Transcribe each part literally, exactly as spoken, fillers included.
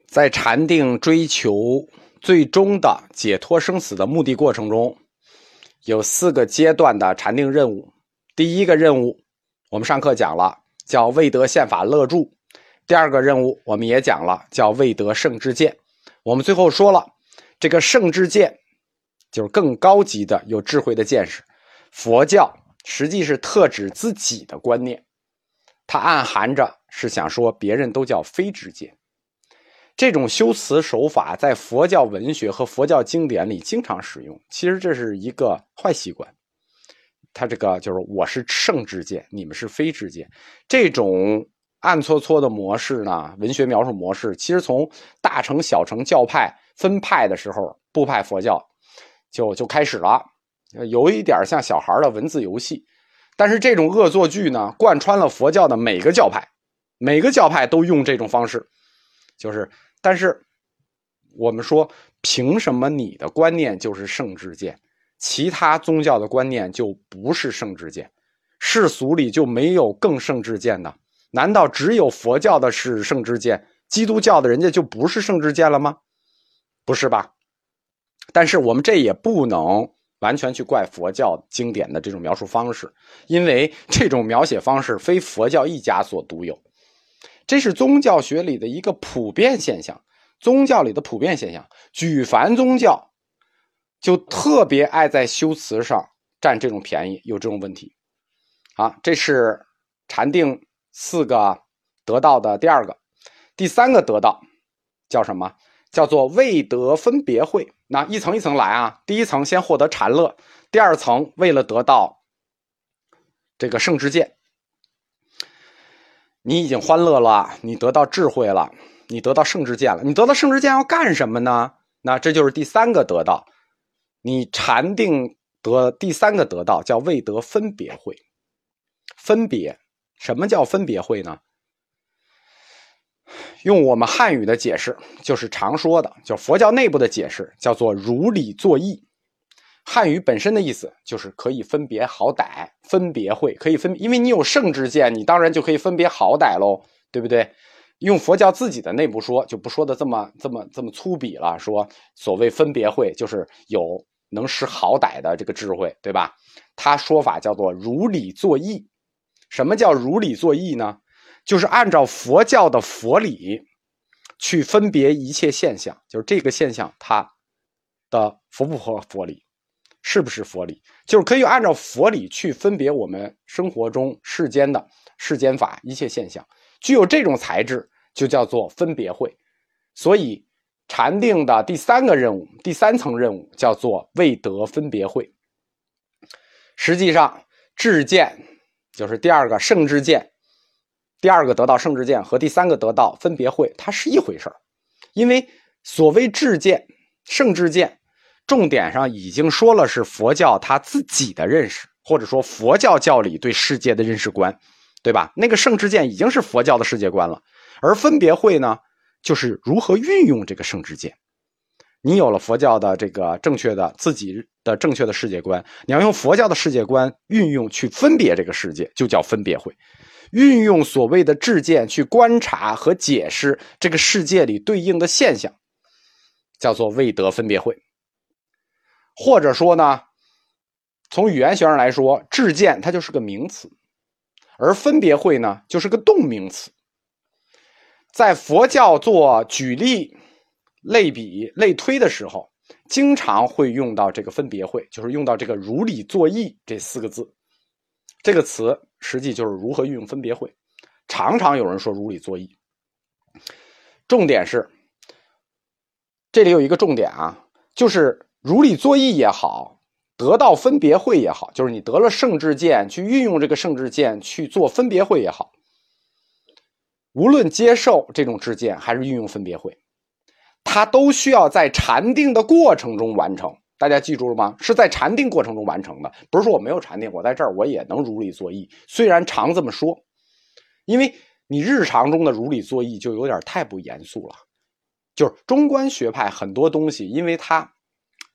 在禅定追求最终的解脱生死的目的过程中，有四个阶段的禅定任务。第一个任务我们上课讲了，叫未得宪法乐住。第二个任务我们也讲了，叫未得圣智见。我们最后说了，这个圣智见就是更高级的有智慧的见识。佛教实际是特指自己的观念，它暗含着是想说别人都叫非智见。这种修辞手法在佛教文学和佛教经典里经常使用，其实这是一个坏习惯。它这个就是我是圣智见，你们是非智见，这种暗搓搓的模式呢，文学描述模式，其实从大乘小乘教派分派的时候，部派佛教就就开始了，有一点像小孩的文字游戏。但是这种恶作剧呢，贯穿了佛教的每个教派，每个教派都用这种方式，就是但是我们说，凭什么你的观念就是圣智见，其他宗教的观念就不是圣智见？世俗里就没有更圣智见的？难道只有佛教的是圣智见，基督教的人家就不是圣智见了吗？不是吧？但是我们这也不能完全去怪佛教经典的这种描述方式，因为这种描写方式非佛教一家所独有，这是宗教学里的一个普遍现象，宗教里的普遍现象。举凡宗教就特别爱在修辞上占这种便宜，有这种问题。啊，这是禅定四个得到的第二个。第三个得到叫什么？叫做未得分别慧。那一层一层来啊，第一层先获得禅乐，第二层为了得到这个圣智见。你已经欢乐了，你得到智慧了，你得到圣智见了，你得到圣智见要干什么呢？那这就是第三个得到。你禅定得第三个得到叫未得分别慧。分别，什么叫分别慧呢？用我们汉语的解释，就是常说的，就佛教内部的解释，叫做如理作意。汉语本身的意思就是可以分别好歹，分别慧可以分，因为你有圣智见，你当然就可以分别好歹喽，对不对？用佛教自己的内部说，就不说的这么这么这么粗鄙了，说所谓分别慧就是有能识好歹的这个智慧，对吧？他说法叫做如理作意。什么叫如理作意呢？就是按照佛教的佛理去分别一切现象，就是这个现象它的符不符合佛理，是不是佛理，就是可以按照佛理去分别我们生活中世间的世间法一切现象，具有这种材质就叫做分别慧。所以禅定的第三个任务，第三层任务叫做未得分别慧。实际上智见就是第二个圣智见，第二个得到圣智见和第三个得到分别慧，它是一回事儿。因为所谓智见、圣智见，重点上已经说了是佛教它自己的认识，或者说佛教教理对世界的认识观，对吧？那个圣智见已经是佛教的世界观了，而分别慧呢，就是如何运用这个圣智见。你有了佛教的这个正确的自己的正确的世界观，你要用佛教的世界观运用去分别这个世界，就叫分别慧。运用所谓的智见去观察和解释这个世界里对应的现象，叫做未得分别慧。或者说呢，从语言学上来说，智见它就是个名词，而分别慧呢就是个动名词。在佛教做举例、类比、类推的时候，经常会用到这个分别慧，就是用到这个如理作意这四个字。这个词实际就是如何运用分别慧，常常有人说如理作意。重点是这里有一个重点啊，就是如理作意也好，得到分别慧也好，就是你得了圣智见，去运用这个圣智见去做分别慧也好，无论接受这种智见还是运用分别慧，它都需要在禅定的过程中完成。大家记住了吗？是在禅定过程中完成的，不是说我没有禅定，我在这儿我也能如理作意。虽然常这么说，因为你日常中的如理作意就有点太不严肃了。就是中观学派很多东西，因为它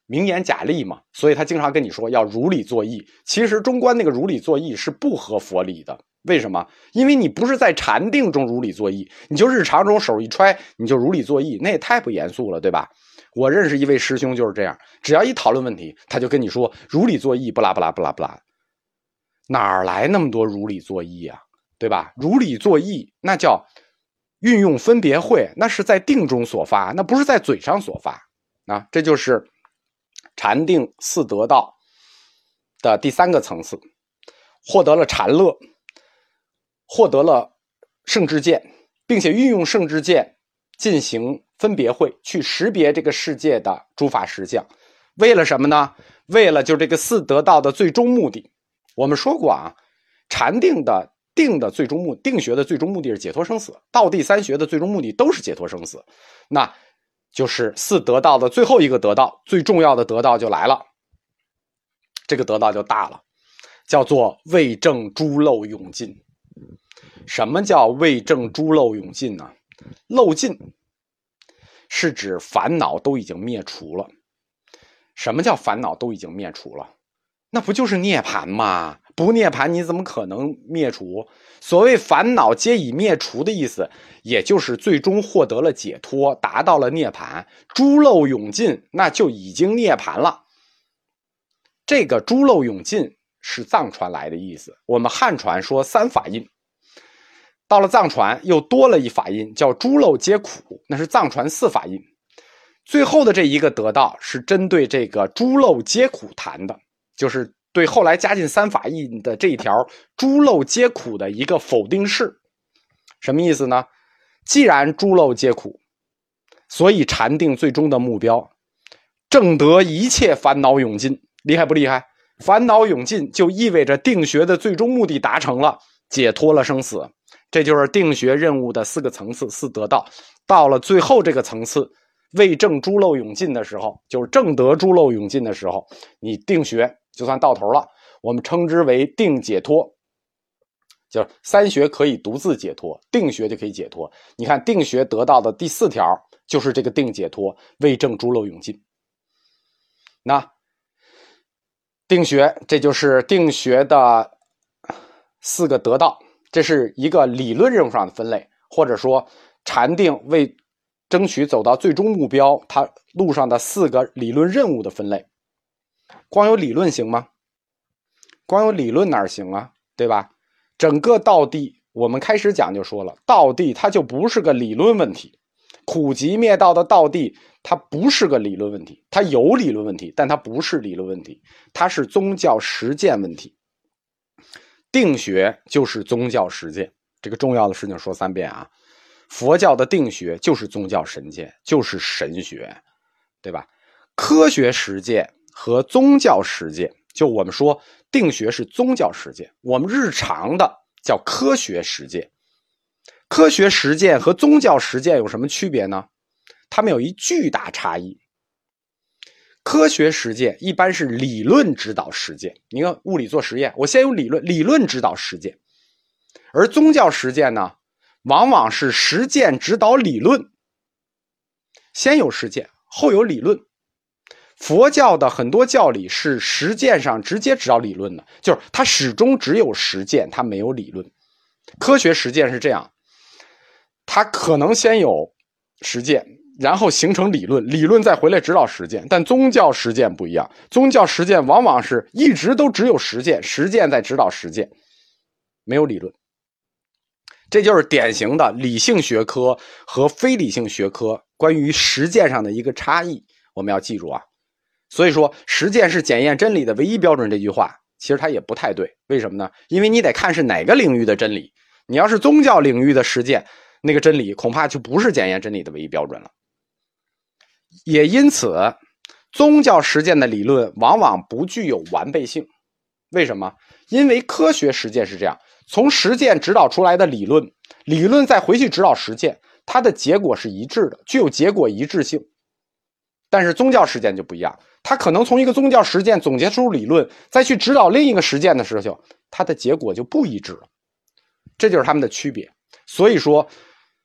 名言假例嘛，所以他经常跟你说要如理作意。其实中观那个如理作意是不合佛理的，为什么？因为你不是在禅定中如理作意，你就日常中手一揣你就如理作意，那也太不严肃了，对吧？我认识一位师兄就是这样，只要一讨论问题，他就跟你说如理作意，不拉不拉不拉不拉，哪来那么多如理作意啊？对吧？如理作意那叫运用分别慧，那是在定中所发，那不是在嘴上所发啊。这就是禅定四得道的第三个层次，获得了禅乐，获得了圣智见，并且运用圣智见进行分别慧，去识别这个世界的诸法实相。为了什么呢？为了就这个四得道的最终目的。我们说过啊，禅定的定的最终目定学的最终目的是解脱生死，道地三学的最终目的都是解脱生死。那就是四得道的最后一个得道，最重要的得道就来了，这个得道就大了，叫做为证诸漏永尽。什么叫为证诸漏永尽呢？漏尽是指烦恼都已经灭除了。什么叫烦恼都已经灭除了？那不就是涅槃吗？不涅槃你怎么可能灭除？所谓烦恼皆已灭除的意思，也就是最终获得了解脱，达到了涅槃。诸漏永尽，那就已经涅槃了。这个诸漏永尽是藏传来的意思，我们汉传说三法印，到了藏传又多了一法印，叫诸漏皆苦，那是藏传四法印。最后的这一个得道是针对这个诸漏皆苦谈的，就是对后来加进三法印的这一条诸漏皆苦的一个否定式。什么意思呢？既然诸漏皆苦，所以禅定最终的目标证得一切烦恼永尽。厉害不厉害？烦恼永尽就意味着定学的最终目的达成了，解脱了生死。这就是定学任务的四个层次，四得道。到了最后这个层次，为证诸漏永尽的时候，就是证得诸漏永尽的时候，你定学就算到头了。我们称之为定解脱，就是三学可以独自解脱，定学就可以解脱。你看定学得到的第四条就是这个定解脱，为证诸漏永尽。那定学，这就是定学的四个得道，这是一个理论任务上的分类，或者说禅定为争取走到最终目标，它路上的四个理论任务的分类。光有理论行吗？光有理论哪行啊？对吧？整个道地，我们开始讲就说了，道地它就不是个理论问题，苦集灭道的道地它不是个理论问题，它有理论问题，但它不是理论问题，它是宗教实践问题。定学就是宗教实践，这个重要的事情说三遍啊。佛教的定学就是宗教神践，就是神学，对吧？科学实践和宗教实践，就我们说定学是宗教实践，我们日常的叫科学实践。科学实践和宗教实践有什么区别呢？它们有一巨大差异。科学实践一般是理论指导实践，你看物理做实验，我先有理论，理论指导实践。而宗教实践呢，往往是实践指导理论，先有实践，后有理论。佛教的很多教理是实践上直接指导理论的，就是它始终只有实践，它没有理论。科学实践是这样，它可能先有实践，然后形成理论，理论再回来指导实践。但宗教实践不一样，宗教实践往往是一直都只有实践，实践在指导实践，没有理论。这就是典型的理性学科和非理性学科关于实践上的一个差异，我们要记住啊。所以说实践是检验真理的唯一标准这句话其实它也不太对，为什么呢？因为你得看是哪个领域的真理，你要是宗教领域的实践，那个真理恐怕就不是检验真理的唯一标准了。也因此宗教实践的理论往往不具有完备性。为什么？因为科学实践是这样，从实践指导出来的理论，理论再回去指导实践，它的结果是一致的，具有结果一致性。但是宗教实践就不一样，它可能从一个宗教实践总结出理论，再去指导另一个实践的时候，它的结果就不一致了。这就是它们的区别。所以说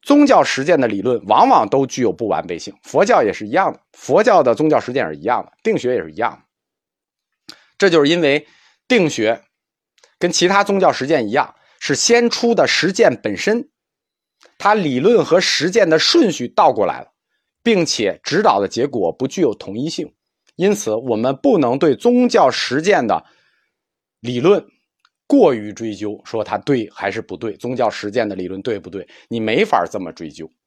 宗教实践的理论往往都具有不完备性，佛教也是一样的，佛教的宗教实践是一样的，定学也是一样的。这就是因为定学跟其他宗教实践一样，是先出的实践本身，它理论和实践的顺序倒过来了，并且指导的结果不具有统一性。因此我们不能对宗教实践的理论过于追究，说它对还是不对，宗教实践的理论对不对，你没法这么追究。